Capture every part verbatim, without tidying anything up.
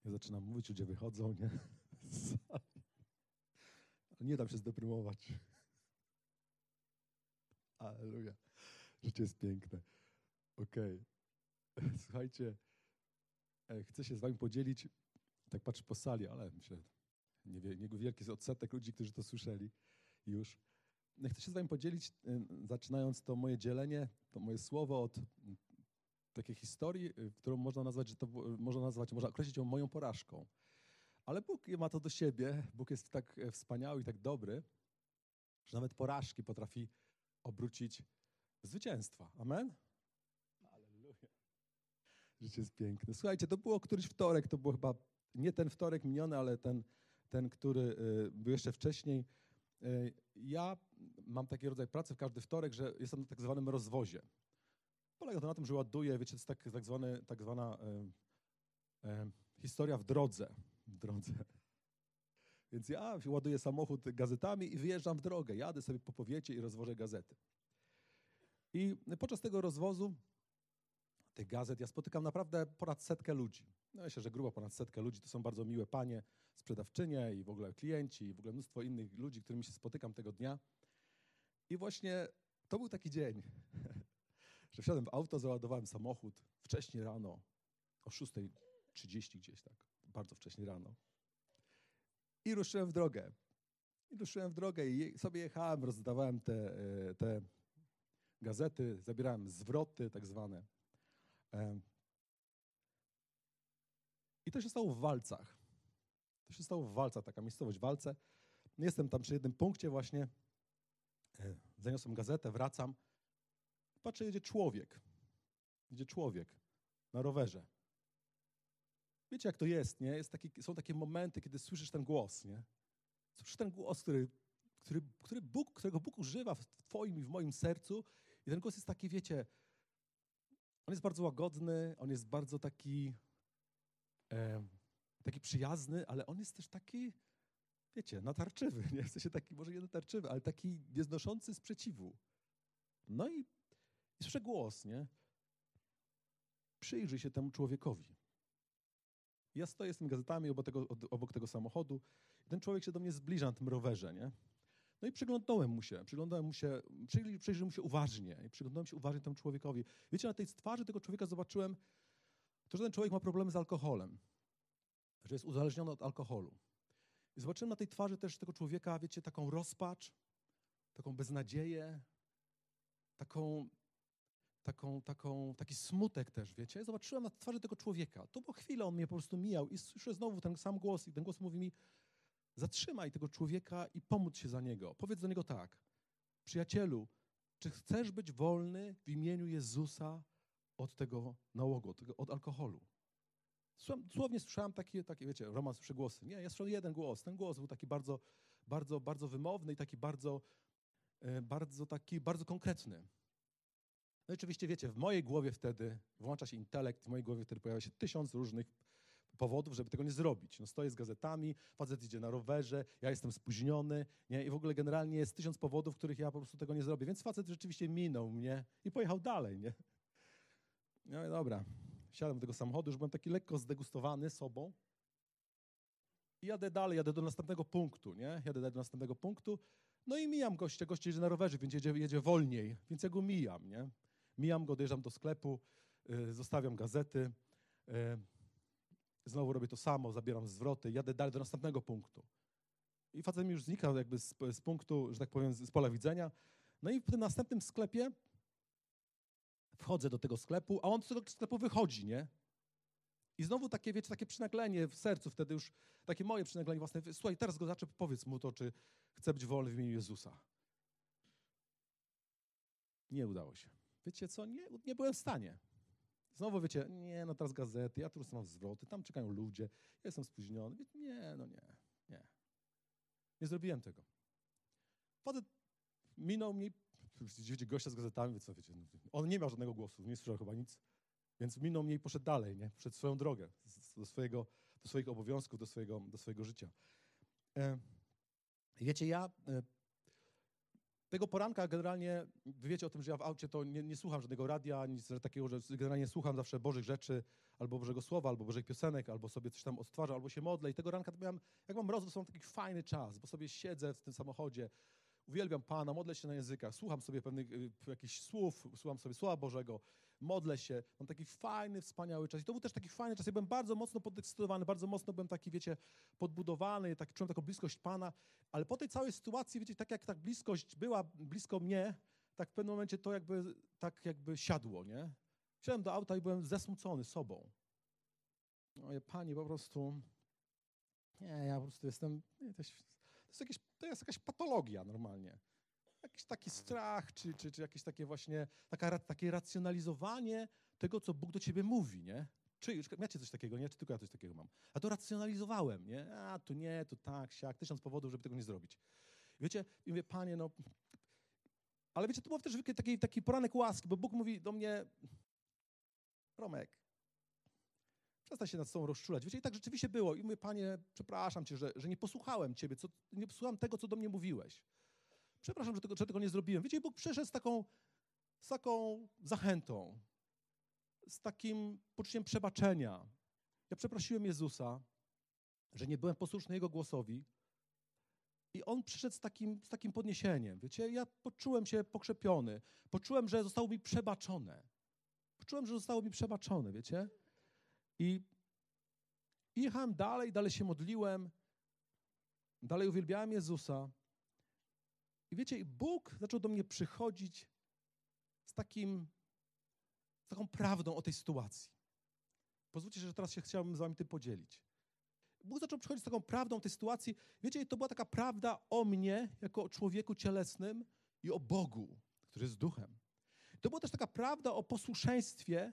Ja zaczynam mówić, ludzie wychodzą, nie? Nie dam się zdeprymować. Alleluja. Życie jest piękne. Okej. Okay. Słuchajcie, chcę się z wami podzielić, tak patrzę po sali, ale myślę, niewielki jest odsetek ludzi, którzy to słyszeli już. Chcę się z wami podzielić, zaczynając to moje dzielenie, to moje słowo od takiej historii, którą można nazwać, że to można nazwać, można określić ją moją porażką. Ale Bóg ma to do siebie, Bóg jest tak wspaniały i tak dobry, że nawet porażki potrafi obrócić w zwycięstwa. Amen? Alleluja. Życie jest piękne. Słuchajcie, to było któryś wtorek, to był chyba nie ten wtorek miniony, ale ten, ten który był jeszcze wcześniej. Ja mam taki rodzaj pracy w każdy wtorek, że jestem na tak zwanym rozwozie. Polega to na tym, że ładuję, wiecie, to jest tak, tak, zwany, tak zwana e, e, historia w drodze. W drodze. Więc ja ładuję samochód gazetami i wyjeżdżam w drogę. Jadę sobie po powiecie i rozwożę gazety. I podczas tego rozwozu tych gazet ja spotykam naprawdę ponad setkę ludzi. No myślę, że grubo ponad setkę ludzi. To są bardzo miłe panie, sprzedawczynie i w ogóle klienci i w ogóle mnóstwo innych ludzi, którymi się spotykam tego dnia. I właśnie to był taki dzień, że wsiadłem w auto, załadowałem samochód wcześnie rano, o szósta trzydzieści gdzieś tak, bardzo wcześnie rano. I ruszyłem w drogę. I ruszyłem w drogę i sobie jechałem, rozdawałem te, te gazety, zabierałem zwroty tak zwane. I to się stało w Walcach. To się stało w Walcach, taka miejscowość Walce. Jestem tam przy jednym punkcie właśnie, zaniosłem gazetę, wracam. Patrzę, jedzie człowiek. Jedzie człowiek na rowerze. Wiecie, jak to jest, nie? Jest taki, są takie momenty, kiedy słyszysz ten głos, nie? Słyszysz ten głos, który, który, który Bóg, którego Bóg używa w twoim i w moim sercu. I ten głos jest taki, wiecie, on jest bardzo łagodny, on jest bardzo taki, e, taki przyjazny, ale on jest też taki, wiecie, natarczywy. Nie? W sensie taki, może nie natarczywy, ale taki nieznoszący sprzeciwu. No i, i słyszę głos, nie? Przyjrzyj się temu człowiekowi. Ja stoję z tymi gazetami obok tego, obok tego samochodu i ten człowiek się do mnie zbliża na tym rowerze, nie? No i przyglądałem mu się, przyglądałem mu się, przyjrzałem mu się uważnie i przyglądałem się uważnie temu człowiekowi. Wiecie, na tej twarzy tego człowieka zobaczyłem to, że ten człowiek ma problemy z alkoholem, że jest uzależniony od alkoholu. I zobaczyłem na tej twarzy też tego człowieka, wiecie, taką rozpacz, taką beznadzieję, taką, taką, taką, taki smutek też, wiecie. Zobaczyłem na twarzy tego człowieka. To po chwilę on mnie po prostu mijał i słyszę znowu ten sam głos i ten głos mówi mi: zatrzymaj tego człowieka i pomódl się za niego. Powiedz do niego tak: przyjacielu, czy chcesz być wolny w imieniu Jezusa od tego nałogu, od, tego, od alkoholu? Dosłownie słyszałem takie, takie, wiecie, Roman słyszy głosy. Nie, ja słyszałem jeden głos. Ten głos był taki bardzo, bardzo, bardzo wymowny i taki bardzo, bardzo taki, bardzo konkretny. No i oczywiście, wiecie, w mojej głowie wtedy włącza się intelekt, w mojej głowie wtedy pojawia się tysiąc różnych powodów, żeby tego nie zrobić. No stoję z gazetami, facet idzie na rowerze, ja jestem spóźniony, nie? I w ogóle generalnie jest tysiąc powodów, w których ja po prostu tego nie zrobię. Więc facet rzeczywiście minął mnie i pojechał dalej, nie? No i dobra, siadam do tego samochodu, już byłem taki lekko zdegustowany sobą i jadę dalej, jadę do następnego punktu, nie? Jadę do następnego punktu, no i mijam gościa, gość jedzie na rowerze, więc jedzie, jedzie wolniej, więc ja go mijam, nie? Mijam go, dojeżdżam do sklepu, yy, zostawiam gazety, yy, znowu robię to samo, zabieram zwroty, jadę dalej do następnego punktu. I facet mi już znika jakby z, z punktu, że tak powiem, z pola widzenia. No i w tym następnym sklepie wchodzę do tego sklepu, a on z tego sklepu wychodzi, nie? I znowu takie, wiecie, takie przynaglenie w sercu, wtedy już takie moje przynaglenie własne. Słuchaj, teraz go zaczep, powiedz mu to, czy chce być wolny w imieniu Jezusa. Nie udało się. Wiecie co? Nie, nie byłem w stanie. Znowu wiecie, nie, no teraz gazety, ja tu mam zwroty, tam czekają ludzie, ja jestem spóźniony. Nie, no nie, nie. Nie zrobiłem tego. Facet minął mi, wiecie, gościa z gazetami, więc no wiecie, on nie miał żadnego głosu, nie słyszał chyba nic, więc minął mnie i poszedł dalej, nie? Poszedł swoją drogę, do, swojego, do swoich obowiązków, do swojego, do swojego życia. E, wiecie, ja, e, Tego poranka generalnie, wy wiecie o tym, że ja w aucie to nie, nie słucham żadnego radia, nic takiego, że generalnie słucham zawsze Bożych rzeczy, albo Bożego Słowa, albo Bożych piosenek, albo sobie coś tam odtwarzam, albo się modlę. I tego ranka to miałem, jak mam rozwój, mam taki fajny czas, bo sobie siedzę w tym samochodzie, uwielbiam Pana, modlę się na językach, słucham sobie pewnych y, jakichś słów, słucham sobie Słowa Bożego, modlę się, mam taki fajny, wspaniały czas. I to był też taki fajny czas. Ja byłem bardzo mocno podekscytowany, bardzo mocno byłem taki, wiecie, podbudowany, tak, czułem taką bliskość Pana, ale po tej całej sytuacji, wiecie, tak jak ta bliskość była blisko mnie, tak w pewnym momencie to jakby, tak jakby siadło, nie? Wsiadłem do auta i byłem zesmucony sobą. No, Panie, po prostu, nie, ja po prostu jestem, nie, to, jest, to, jest jakieś, to jest jakaś patologia normalnie. Jakiś taki strach, czy, czy, czy jakieś takie właśnie, taka, takie racjonalizowanie tego, co Bóg do ciebie mówi, nie? Czy już macie coś takiego, nie? Czy tylko ja coś takiego mam? A to racjonalizowałem, nie? A, tu nie, tu tak, siak, tysiąc powodów, żeby tego nie zrobić. Wiecie, i mówię, Panie, no... Ale wiecie, to był też taki, taki poranek łaski, bo Bóg mówi do mnie, Romek, przestań się nad sobą rozczulać. Wiecie, i tak rzeczywiście było. I mówię, Panie, przepraszam Cię, że, że nie posłuchałem Ciebie, co, nie posłuchałem tego, co do mnie mówiłeś. Przepraszam, że tego, że tego nie zrobiłem. Wiecie, Bóg przyszedł z taką, z taką zachętą, z takim poczuciem przebaczenia. Ja przeprosiłem Jezusa, że nie byłem posłuszny Jego głosowi i On przyszedł z takim, z takim podniesieniem. Wiecie, ja poczułem się pokrzepiony. Poczułem, że zostało mi przebaczone. Poczułem, że zostało mi przebaczone, wiecie. I, I jechałem dalej, dalej się modliłem, dalej uwielbiałem Jezusa. I wiecie, Bóg zaczął do mnie przychodzić z takim, z taką prawdą o tej sytuacji. Pozwólcie, że teraz się chciałbym z wami tym podzielić. Bóg zaczął przychodzić z taką prawdą o tej sytuacji. Wiecie, to była taka prawda o mnie, jako o człowieku cielesnym i o Bogu, który jest duchem. To była też taka prawda o posłuszeństwie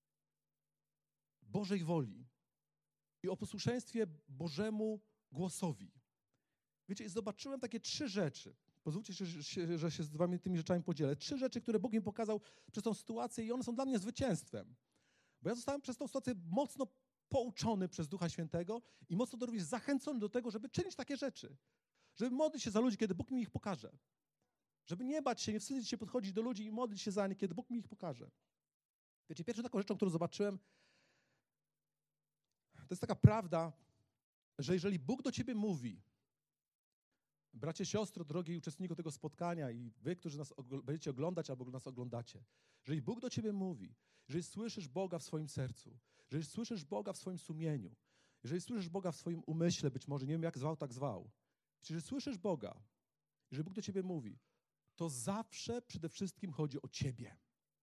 Bożej woli i o posłuszeństwie Bożemu głosowi. Wiecie, zobaczyłem takie trzy rzeczy. Pozwólcie, że się, że się z wami tymi rzeczami podzielę. Trzy rzeczy, które Bóg mi pokazał przez tą sytuację i one są dla mnie zwycięstwem. Bo ja zostałem przez tą sytuację mocno pouczony przez Ducha Świętego i mocno do również zachęcony do tego, żeby czynić takie rzeczy. Żeby modlić się za ludzi, kiedy Bóg mi ich pokaże. Żeby nie bać się, nie wstydzić się podchodzić do ludzi i modlić się za nich, kiedy Bóg mi ich pokaże. Wiecie, pierwszą taką rzeczą, którą zobaczyłem, to jest taka prawda, że jeżeli Bóg do ciebie mówi, bracie, siostro, drogi uczestniku tego spotkania i wy, którzy nas og- będziecie oglądać albo nas oglądacie, jeżeli Bóg do ciebie mówi, jeżeli słyszysz Boga w swoim sercu, jeżeli słyszysz Boga w swoim sumieniu, jeżeli słyszysz Boga w swoim umyśle, być może, nie wiem jak zwał, tak zwał, jeżeli słyszysz Boga, jeżeli Bóg do ciebie mówi, to zawsze przede wszystkim chodzi o ciebie.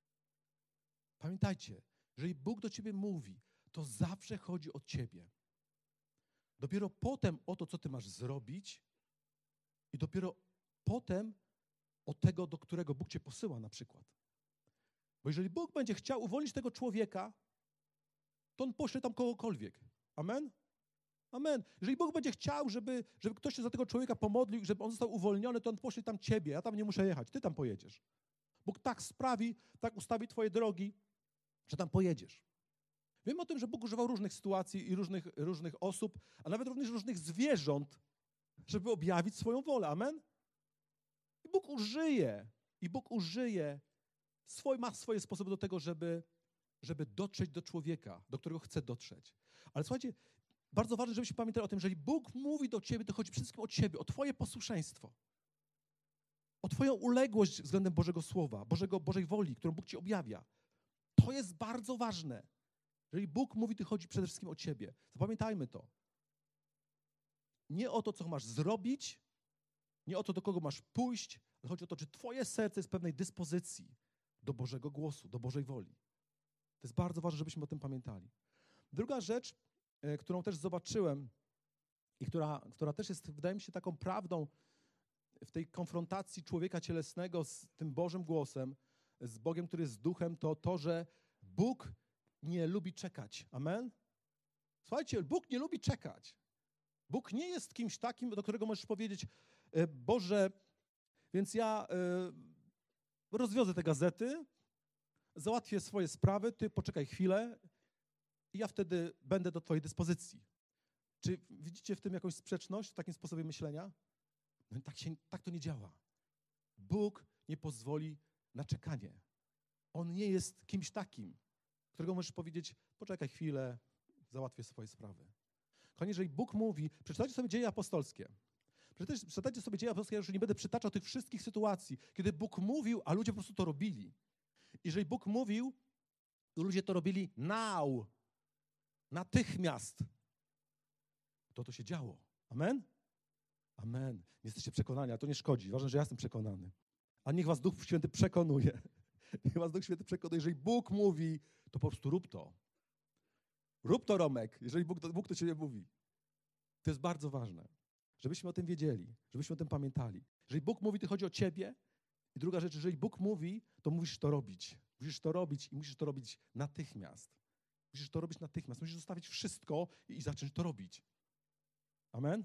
Pamiętajcie, jeżeli Bóg do ciebie mówi, to zawsze chodzi o ciebie. Dopiero potem o to, co ty masz zrobić i dopiero potem o tego, do którego Bóg cię posyła na przykład. Bo jeżeli Bóg będzie chciał uwolnić tego człowieka, to On pośle tam kogokolwiek. Amen? Amen. Jeżeli Bóg będzie chciał, żeby, żeby ktoś się za tego człowieka pomodlił, żeby on został uwolniony, to On pośle tam ciebie. Ja tam nie muszę jechać, ty tam pojedziesz. Bóg tak sprawi, tak ustawi twoje drogi, że tam pojedziesz. Wiem o tym, że Bóg używał różnych sytuacji i różnych, różnych osób, a nawet również różnych zwierząt, żeby objawić swoją wolę. Amen? I Bóg użyje, i Bóg użyje, swój, ma swoje sposoby do tego, żeby, żeby dotrzeć do człowieka, do którego chce dotrzeć. Ale słuchajcie, bardzo ważne, żebyśmy pamiętali o tym, że jeżeli Bóg mówi do ciebie, to chodzi przede wszystkim o ciebie, o twoje posłuszeństwo, o twoją uległość względem Bożego Słowa, Bożego, Bożej woli, którą Bóg ci objawia. To jest bardzo ważne. Jeżeli Bóg mówi, to chodzi przede wszystkim o ciebie. Zapamiętajmy to. Nie o to, co masz zrobić, nie o to, do kogo masz pójść, ale chodzi o to, czy twoje serce jest w pewnej dyspozycji do Bożego głosu, do Bożej woli. To jest bardzo ważne, żebyśmy o tym pamiętali. Druga rzecz, e, którą też zobaczyłem i która, która też jest, wydaje mi się, taką prawdą w tej konfrontacji człowieka cielesnego z tym Bożym głosem, z Bogiem, który jest duchem, to to, że Bóg nie lubi czekać. Amen? Słuchajcie, Bóg nie lubi czekać. Bóg nie jest kimś takim, do którego możesz powiedzieć, Boże, więc ja y, rozwiozę te gazety, załatwię swoje sprawy, ty poczekaj chwilę i ja wtedy będę do twojej dyspozycji. Czy widzicie w tym jakąś sprzeczność, w takim sposobie myślenia? No tak, się, tak to nie działa. Bóg nie pozwoli na czekanie. On nie jest kimś takim, którego możesz powiedzieć, poczekaj chwilę, załatwię swoje sprawy. Kochani, jeżeli Bóg mówi, przeczytajcie sobie Dzieje apostolskie. Przeczytajcie sobie Dzieje apostolskie, ja już nie będę przytaczał tych wszystkich sytuacji, kiedy Bóg mówił, a ludzie po prostu to robili. Jeżeli Bóg mówił, to ludzie to robili now, natychmiast. To to się działo. Amen? Amen. Nie jesteście przekonani, a to nie szkodzi. Ważne, że ja jestem przekonany. A niech was Duch Święty przekonuje. Niech was Duch Święty przekonuje. Jeżeli Bóg mówi, to po prostu rób to. Rób to, Romek, jeżeli Bóg to, Bóg to ciebie mówi. To jest bardzo ważne, żebyśmy o tym wiedzieli, żebyśmy o tym pamiętali. Jeżeli Bóg mówi, to chodzi o ciebie. I druga rzecz, jeżeli Bóg mówi, to musisz to robić. Musisz to robić i musisz to robić natychmiast. Musisz to robić natychmiast. Musisz zostawić wszystko i, i zacząć to robić. Amen?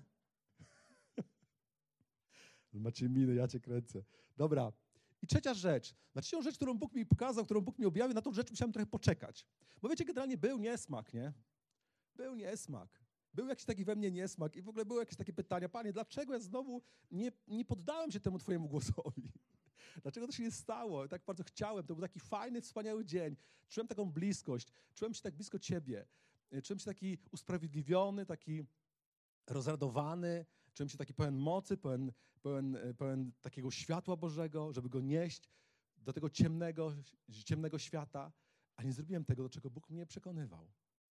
Macie miny, ja cię kręcę. Dobra. I trzecia rzecz. Na trzecią rzecz, którą Bóg mi pokazał, którą Bóg mi objawił, na tą rzecz musiałem trochę poczekać. Bo wiecie, generalnie był niesmak, nie? Był niesmak. Był jakiś taki we mnie niesmak i w ogóle były jakieś takie pytania. Panie, dlaczego ja znowu nie, nie poddałem się temu Twojemu głosowi? Dlaczego to się nie stało? Tak bardzo chciałem. To był taki fajny, wspaniały dzień. Czułem taką bliskość. Czułem się tak blisko Ciebie. Czułem się taki usprawiedliwiony, taki rozradowany. Czułem się taki pełen mocy, pełen, pełen, pełen takiego światła Bożego, żeby go nieść do tego ciemnego, ciemnego świata. A nie zrobiłem tego, do czego Bóg mnie przekonywał.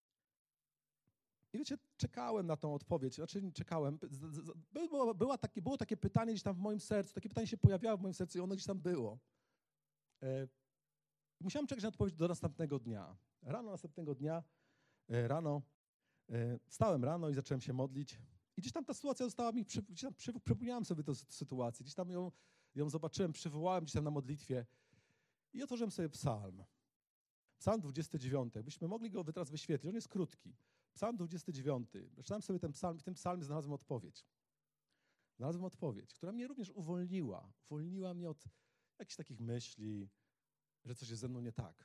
I wiecie, czekałem na tą odpowiedź, znaczy nie czekałem. Było, była takie, było takie pytanie gdzieś tam w moim sercu, takie pytanie się pojawiało w moim sercu i ono gdzieś tam było. E, musiałem czekać na odpowiedź do następnego dnia. Rano następnego dnia, e, rano, e, wstałem rano i zacząłem się modlić. I gdzieś tam ta sytuacja została mi, przy, gdzieś tam przy, przypomniałem sobie tę sytuację, gdzieś tam ją, ją zobaczyłem, przywołałem gdzieś tam na modlitwie i otworzyłem sobie psalm. Psalm dwudziesty dziewiąty. Jakbyśmy mogli go teraz wyświetlić, on jest krótki. Psalm dwudziesty dziewiąty. Przeczytałem sobie ten psalm i w tym psalmie znalazłem odpowiedź. Znalazłem odpowiedź, która mnie również uwolniła. Uwolniła mnie od jakichś takich myśli, że coś jest ze mną nie tak.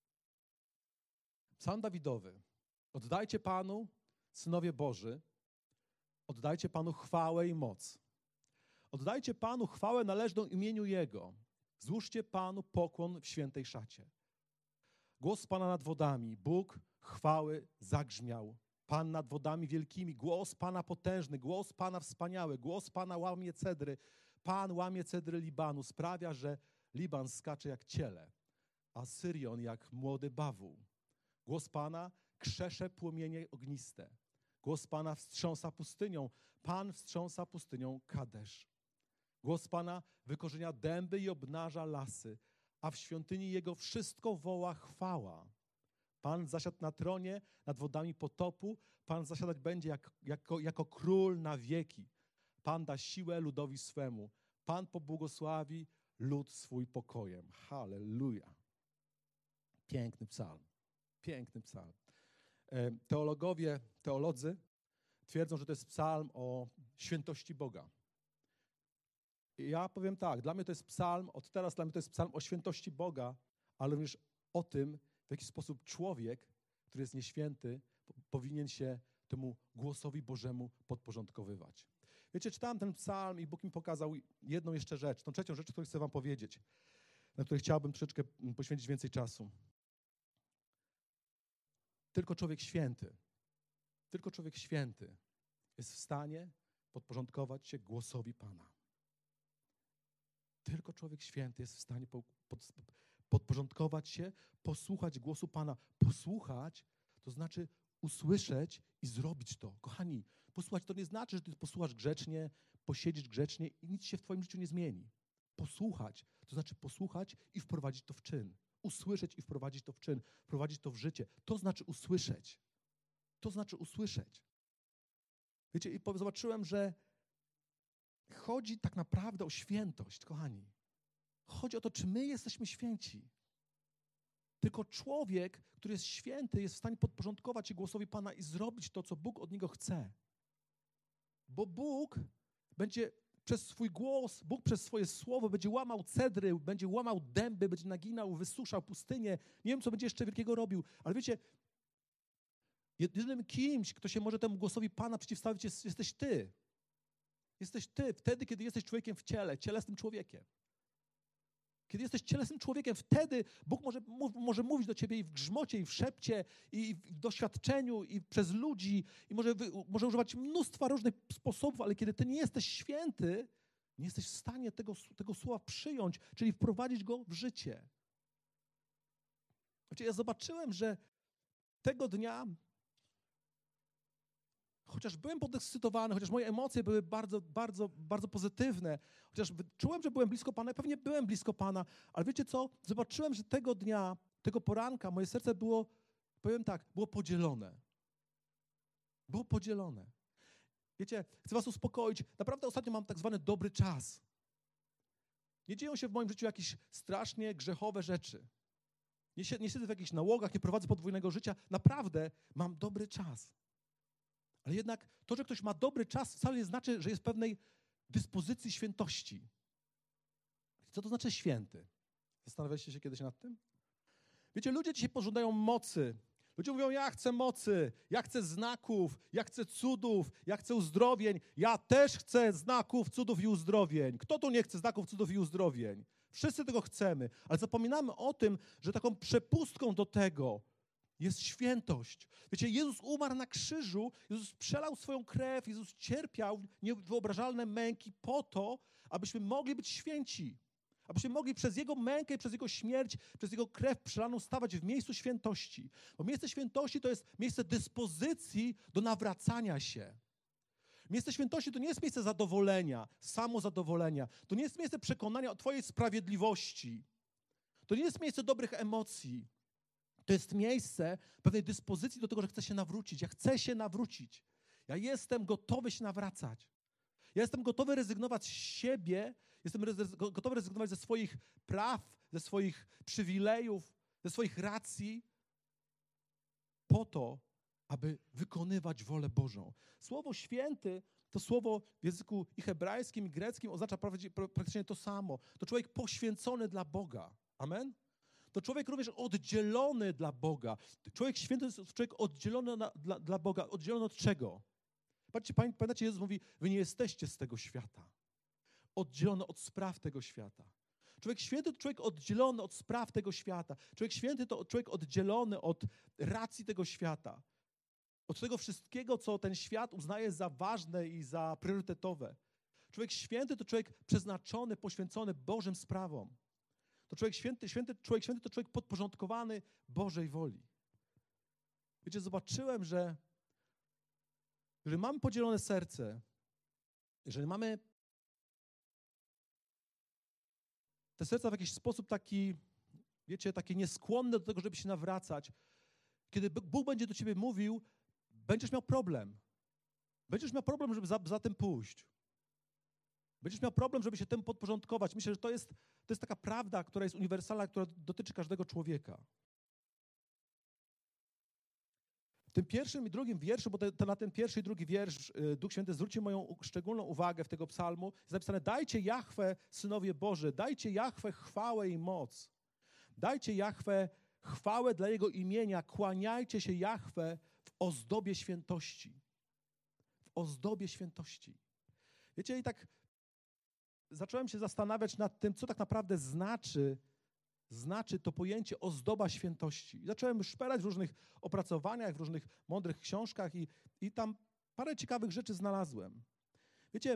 Psalm Dawidowy. Oddajcie Panu, synowie Boży, oddajcie Panu chwałę i moc. Oddajcie Panu chwałę należną imieniu Jego. Złóżcie Panu pokłon w świętej szacie. Głos Pana nad wodami. Bóg chwały zagrzmiał. Pan nad wodami wielkimi. Głos Pana potężny. Głos Pana wspaniały. Głos Pana łamie cedry. Pan łamie cedry Libanu. Sprawia, że Liban skacze jak ciele, a Syrion jak młody bawół. Głos Pana krzesze płomienie ogniste. Głos Pana wstrząsa pustynią. Pan wstrząsa pustynią Kadesz. Głos Pana wykorzenia dęby i obnaża lasy, a w świątyni Jego wszystko woła chwała. Pan zasiadł na tronie nad wodami potopu. Pan zasiadać będzie jak, jako, jako król na wieki. Pan da siłę ludowi swemu. Pan pobłogosławi lud swój pokojem. Halleluja. Piękny psalm. Piękny psalm. Teologowie, teolodzy twierdzą, że to jest psalm o świętości Boga. I ja powiem tak, dla mnie to jest psalm, od teraz dla mnie to jest psalm o świętości Boga, ale również o tym, w jaki sposób człowiek, który jest nieświęty, powinien się temu głosowi Bożemu podporządkowywać. Wiecie, czytałem ten psalm i Bóg mi pokazał jedną jeszcze rzecz, tą trzecią rzecz, którą chcę wam powiedzieć, na której chciałbym troszeczkę poświęcić więcej czasu. Tylko człowiek święty, tylko człowiek święty jest w stanie podporządkować się głosowi Pana. Tylko człowiek święty jest w stanie po, pod, podporządkować się, posłuchać głosu Pana. Posłuchać to znaczy usłyszeć i zrobić to. Kochani, posłuchać to nie znaczy, że ty posłuchasz grzecznie, posiedzisz grzecznie i nic się w twoim życiu nie zmieni. Posłuchać to znaczy posłuchać i wprowadzić to w czyn. Usłyszeć i wprowadzić to w czyn, wprowadzić to w życie. To znaczy usłyszeć. To znaczy usłyszeć. Wiecie, i zobaczyłem, że chodzi tak naprawdę o świętość, kochani. Chodzi o to, czy my jesteśmy święci. Tylko człowiek, który jest święty, jest w stanie podporządkować się głosowi Pana i zrobić to, co Bóg od niego chce. Bo Bóg będzie przez swój głos, Bóg przez swoje słowo będzie łamał cedry, będzie łamał dęby, będzie naginał, wysuszał pustynię. Nie wiem, co będzie jeszcze wielkiego robił, ale wiecie, jedynym kimś, kto się może temu głosowi Pana przeciwstawić, jest, jesteś ty. Jesteś ty, wtedy, kiedy jesteś człowiekiem w ciele, cielesnym człowiekiem. Kiedy jesteś cielesnym człowiekiem, wtedy Bóg może, mów, może mówić do ciebie i w grzmocie, i w szepcie, i w doświadczeniu, i przez ludzi, i może, wy, może używać mnóstwa różnych sposobów, ale kiedy ty nie jesteś święty, nie jesteś w stanie tego, tego słowa przyjąć, czyli wprowadzić go w życie. Wiecie, ja zobaczyłem, że tego dnia, chociaż byłem podekscytowany, chociaż moje emocje były bardzo, bardzo, bardzo pozytywne, chociaż czułem, że byłem blisko Pana, pewnie byłem blisko Pana, ale wiecie co? Zobaczyłem, że tego dnia, tego poranka moje serce było, powiem tak, było podzielone. Było podzielone. Wiecie, chcę was uspokoić. Naprawdę ostatnio mam tak zwany dobry czas. Nie dzieją się w moim życiu jakieś strasznie grzechowe rzeczy. Nie, si- nie siedzę w jakichś nałogach, nie prowadzę podwójnego życia. Naprawdę mam dobry czas. Ale jednak to, że ktoś ma dobry czas, wcale nie znaczy, że jest w pewnej dyspozycji świętości. Co to znaczy święty? Zastanawialiście się kiedyś nad tym? Wiecie, ludzie dzisiaj pożądają mocy. Ludzie mówią, ja chcę mocy, ja chcę znaków, ja chcę cudów, ja chcę uzdrowień. Ja też chcę znaków, cudów i uzdrowień. Kto tu nie chce znaków, cudów i uzdrowień? Wszyscy tego chcemy, ale zapominamy o tym, że taką przepustką do tego jest świętość. Wiecie, Jezus umarł na krzyżu, Jezus przelał swoją krew, Jezus cierpiał niewyobrażalne męki po to, abyśmy mogli być święci. Abyśmy mogli przez Jego mękę, przez Jego śmierć, przez Jego krew przelaną stawać w miejscu świętości. Bo miejsce świętości to jest miejsce dyspozycji do nawracania się. Miejsce świętości to nie jest miejsce zadowolenia, samozadowolenia. To nie jest miejsce przekonania o Twojej sprawiedliwości. To nie jest miejsce dobrych emocji. To jest miejsce pewnej dyspozycji do tego, że chcę się nawrócić. Ja chcę się nawrócić. Ja jestem gotowy się nawracać. Ja jestem gotowy rezygnować z siebie, jestem rez- gotowy rezygnować ze swoich praw, ze swoich przywilejów, ze swoich racji po to, aby wykonywać wolę Bożą. Słowo święty to słowo w języku i hebrajskim, i greckim oznacza praktycznie to samo. To człowiek poświęcony dla Boga. Amen? To człowiek również oddzielony dla Boga. Człowiek święty to jest człowiek oddzielony na, dla, dla Boga. Oddzielony od czego? Patrzcie, pamiętacie, Jezus mówi, wy nie jesteście z tego świata. Oddzielony od spraw tego świata. Człowiek święty to człowiek oddzielony od spraw tego świata. Człowiek święty to człowiek oddzielony od racji tego świata. Od tego wszystkiego, co ten świat uznaje za ważne i za priorytetowe. Człowiek święty to człowiek przeznaczony, poświęcony Bożym sprawom. To człowiek święty, święty, człowiek święty to człowiek podporządkowany Bożej woli. Wiecie, zobaczyłem, że jeżeli mamy podzielone serce, jeżeli mamy te serca w jakiś sposób taki, wiecie, takie nieskłonne do tego, żeby się nawracać, kiedy Bóg będzie do ciebie mówił, będziesz miał problem. Będziesz miał problem, żeby za, za tym pójść. Będziesz miał problem, żeby się temu podporządkować. Myślę, że to jest, to jest taka prawda, która jest uniwersalna, która dotyczy każdego człowieka. W tym pierwszym i drugim wierszu, bo te, to na ten pierwszy i drugi wiersz Duch Święty zwrócił moją szczególną uwagę w tego psalmu, jest napisane: dajcie Jahwe, synowie Boży, dajcie Jahwe chwałę i moc. Dajcie Jahwe chwałę dla Jego imienia, kłaniajcie się Jahwe w ozdobie świętości. W ozdobie świętości. Wiecie, i tak zacząłem się zastanawiać nad tym, co tak naprawdę znaczy znaczy to pojęcie ozdoba świętości. I zacząłem szperać w różnych opracowaniach, w różnych mądrych książkach i, i tam parę ciekawych rzeczy znalazłem. Wiecie,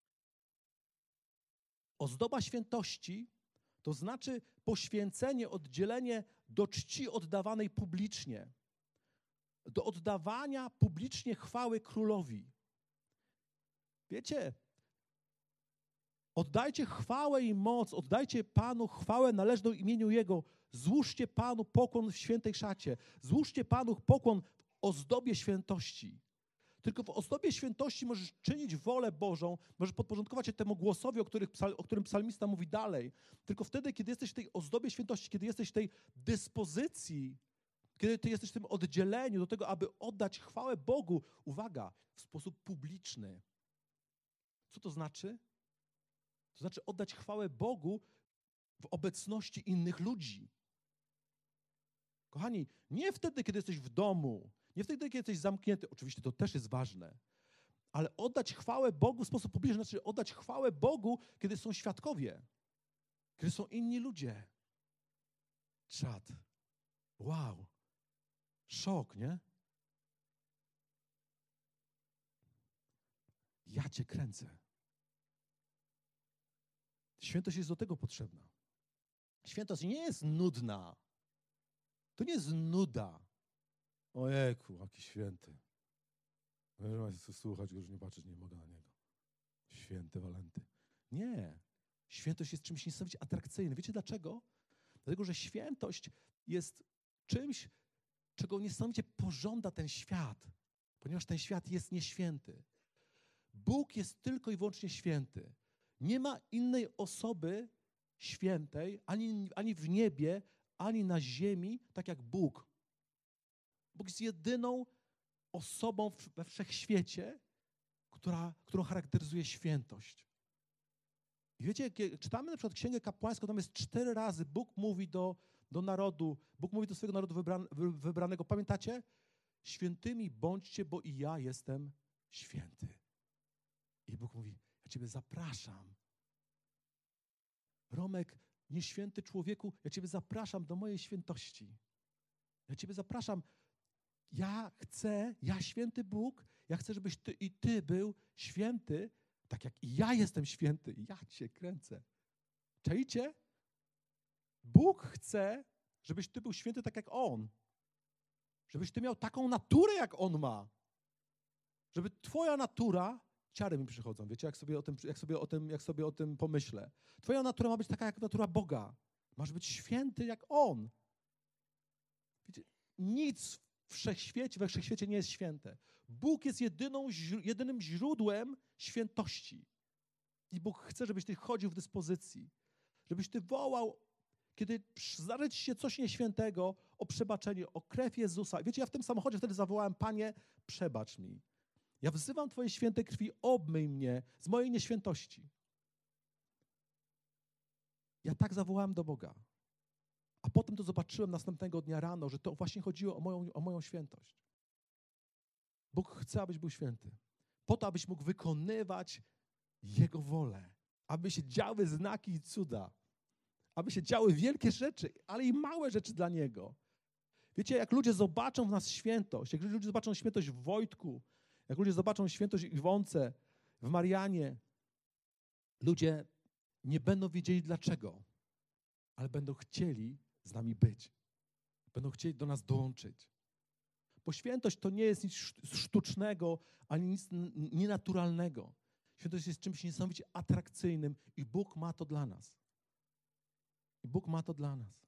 ozdoba świętości to znaczy poświęcenie, oddzielenie do czci oddawanej publicznie, do oddawania publicznie chwały królowi. Wiecie, oddajcie chwałę i moc, oddajcie Panu chwałę należną imieniu Jego. Złóżcie Panu pokłon w świętej szacie. Złóżcie Panu pokłon w ozdobie świętości. Tylko w ozdobie świętości możesz czynić wolę Bożą, możesz podporządkować się temu głosowi, o, których, o którym psalmista mówi dalej. Tylko wtedy, kiedy jesteś w tej ozdobie świętości, kiedy jesteś w tej dyspozycji, kiedy ty jesteś w tym oddzieleniu do tego, aby oddać chwałę Bogu, uwaga, w sposób publiczny. Co to znaczy? To znaczy oddać chwałę Bogu w obecności innych ludzi. Kochani, nie wtedy, kiedy jesteś w domu, nie wtedy, kiedy jesteś zamknięty, oczywiście to też jest ważne, ale oddać chwałę Bogu w sposób publiczny, znaczy oddać chwałę Bogu, kiedy są świadkowie. kiedy są inni ludzie. Czad. Wow. Szok, nie? Ja cię kręcę. Świętość jest do tego potrzebna. Świętość nie jest nudna. To nie jest nuda. Ojejku, jaki święty. Chcę słuchać, już nie patrzeć, nie mogę na niego. Święty Walenty. Nie. Świętość jest czymś niesamowicie atrakcyjnym. Wiecie dlaczego? Dlatego, że świętość jest czymś, czego niesamowicie pożąda ten świat, ponieważ ten świat jest nieświęty. Bóg jest tylko i wyłącznie święty. Nie ma innej osoby świętej, ani, ani w niebie, ani na ziemi, tak jak Bóg. Bóg jest jedyną osobą we wszechświecie, która, którą charakteryzuje świętość. I wiecie, jak czytamy na przykład Księgę Kapłańską, tam jest cztery razy Bóg mówi do, do narodu, Bóg mówi do swojego narodu wybran, wy, wybranego. Pamiętacie? Świętymi bądźcie, bo i ja jestem święty. I Bóg mówi, ja ciebie zapraszam. Romek, nieświęty człowieku, ja ciebie zapraszam do mojej świętości. Ja ciebie zapraszam. Ja chcę, ja święty Bóg, ja chcę, żebyś ty i ty był święty, tak jak i ja jestem święty. Ja cię kręcę. Czajcie? Bóg chce, żebyś ty był święty tak jak On. Żebyś ty miał taką naturę, jak On ma. Żeby twoja natura, ciary mi przychodzą, wiecie, jak sobie o tym, jak sobie o tym, jak sobie o tym pomyślę. Twoja natura ma być taka jak natura Boga. Masz być święty jak On. Wiecie, nic w wszechświecie, we wszechświecie nie jest święte. Bóg jest jedyną, jedynym źródłem świętości. I Bóg chce, żebyś ty chodził w dyspozycji. Żebyś ty wołał, kiedy zdarzy ci się coś nieświętego, o przebaczenie, o krew Jezusa. Wiecie, ja w tym samochodzie wtedy zawołałem, Panie, przebacz mi. Ja wzywam Twojej świętej krwi, obmyj mnie z mojej nieświętości. Ja tak zawołałem do Boga. A potem to zobaczyłem następnego dnia rano, że to właśnie chodziło o moją, o moją świętość. Bóg chce, abyś był święty. Po to, abyś mógł wykonywać Jego wolę. Aby się działy znaki i cuda. Aby się działy wielkie rzeczy, ale i małe rzeczy dla Niego. Wiecie, jak ludzie zobaczą w nas świętość, jak ludzie zobaczą świętość w Wojtku, jak ludzie zobaczą świętość w Iwonce, w Marianie, ludzie nie będą wiedzieli dlaczego, ale będą chcieli z nami być. Będą chcieli do nas dołączyć. Bo świętość to nie jest nic sztucznego, ani nic nienaturalnego. Świętość jest czymś niesamowicie atrakcyjnym i Bóg ma to dla nas. I Bóg ma to dla nas.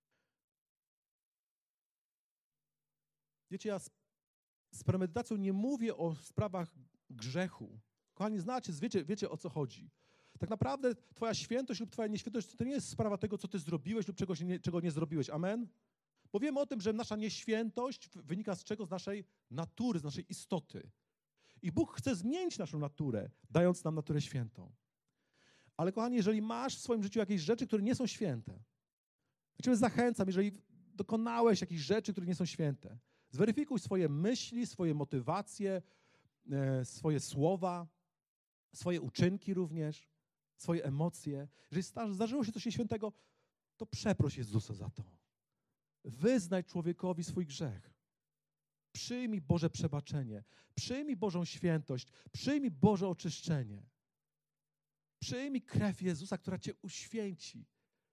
Wiecie, ja z, z premedytacją nie mówię o sprawach grzechu. Kochani, znacie, wiecie, wiecie o co chodzi. Tak naprawdę twoja świętość lub twoja nieświętość to nie jest sprawa tego, co ty zrobiłeś lub czegoś nie, czego nie zrobiłeś. Amen? Bo wiemy o tym, że nasza nieświętość wynika z czego? Z naszej natury, z naszej istoty. I Bóg chce zmienić naszą naturę, dając nam naturę świętą. Ale kochani, jeżeli masz w swoim życiu jakieś rzeczy, które nie są święte, ja ciebie zachęcam, jeżeli dokonałeś jakichś rzeczy, które nie są święte, zweryfikuj swoje myśli, swoje motywacje, e, swoje słowa, swoje uczynki również, swoje emocje. Jeżeli zdarzyło się coś nieświętego, to przeproś Jezusa za to. Wyznaj człowiekowi swój grzech. Przyjmij Boże przebaczenie. Przyjmij Bożą świętość. Przyjmij Boże oczyszczenie. Przyjmij krew Jezusa, która cię uświęci.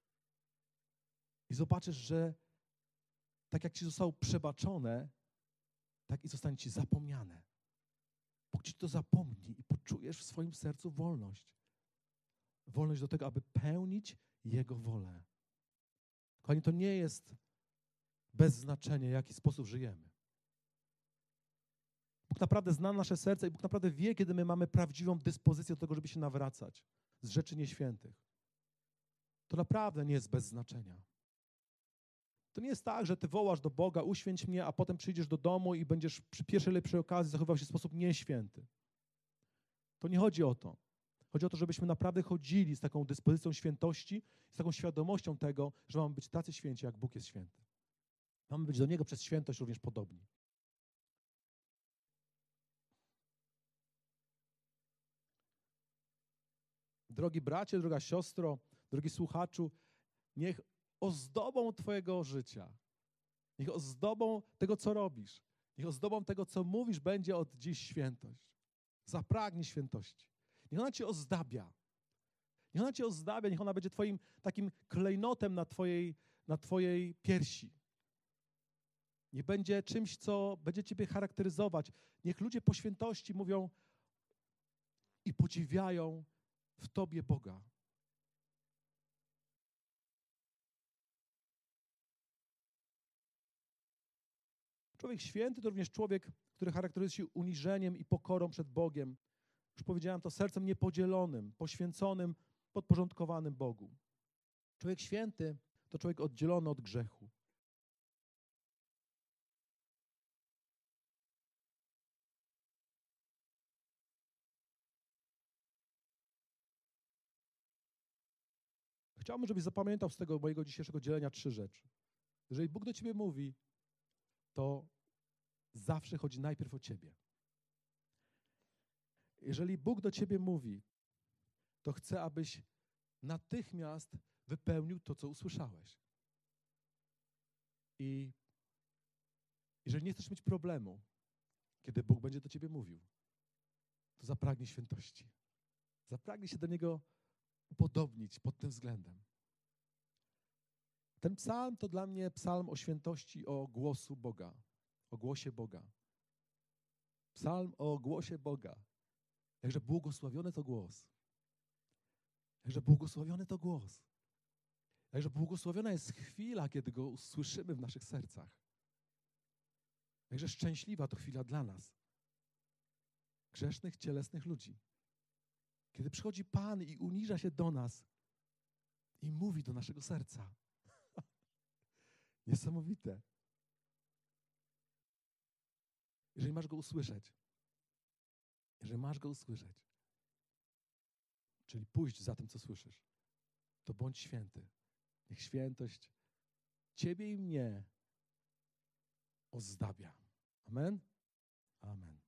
I zobaczysz, że tak jak ci zostało przebaczone, tak i zostanie ci zapomniane. Bóg ci to zapomni i poczujesz w swoim sercu wolność. Wolność do tego, aby pełnić Jego wolę. Kochani, to nie jest bez znaczenia, w jaki sposób żyjemy. Bóg naprawdę zna nasze serce i Bóg naprawdę wie, kiedy my mamy prawdziwą dyspozycję do tego, żeby się nawracać z rzeczy nieświętych. To naprawdę nie jest bez znaczenia. To nie jest tak, że ty wołasz do Boga, uświęć mnie, a potem przyjdziesz do domu i będziesz przy pierwszej lepszej okazji zachowywał się w sposób nieświęty. To nie chodzi o to. Chodzi o to, żebyśmy naprawdę chodzili z taką dyspozycją świętości, z taką świadomością tego, że mamy być tacy święci, jak Bóg jest święty. Mamy być do Niego przez świętość również podobni. Drogi bracie, droga siostro, drogi słuchaczu, niech ozdobą twojego życia, niech ozdobą tego, co robisz, niech ozdobą tego, co mówisz, będzie od dziś świętość. Zapragnij świętości. Niech ona cię ozdabia. Niech ona cię ozdabia, niech ona będzie twoim takim klejnotem na twojej, na twojej piersi. Niech będzie czymś, co będzie ciebie charakteryzować. Niech ludzie po świętości mówią i podziwiają w tobie Boga. Człowiek święty to również człowiek, który charakteryzuje się uniżeniem i pokorą przed Bogiem. Już powiedziałem to, sercem niepodzielonym, poświęconym, podporządkowanym Bogu. Człowiek święty to człowiek oddzielony od grzechu. Chciałbym, żebyś zapamiętał z tego mojego dzisiejszego dzielenia trzy rzeczy. Jeżeli Bóg do ciebie mówi, to zawsze chodzi najpierw o ciebie. Jeżeli Bóg do ciebie mówi, to chce, abyś natychmiast wypełnił to, co usłyszałeś. I jeżeli nie chcesz mieć problemu, kiedy Bóg będzie do ciebie mówił, to zapragnij świętości. Zapragnij się do Niego upodobnić pod tym względem. Ten psalm to dla mnie psalm o świętości, o głosu Boga, o głosie Boga. Psalm o głosie Boga. Jakże błogosławiony to głos. Jakże błogosławiony to głos. Jakże błogosławiona jest chwila, kiedy go usłyszymy w naszych sercach. Jakże szczęśliwa to chwila dla nas, grzesznych, cielesnych ludzi. Kiedy przychodzi Pan i uniża się do nas i mówi do naszego serca. Niesamowite. Jeżeli masz Go usłyszeć, jeżeli masz Go usłyszeć, czyli pójść za tym, co słyszysz, to bądź święty. Niech świętość Ciebie i mnie ozdabia. Amen? Amen.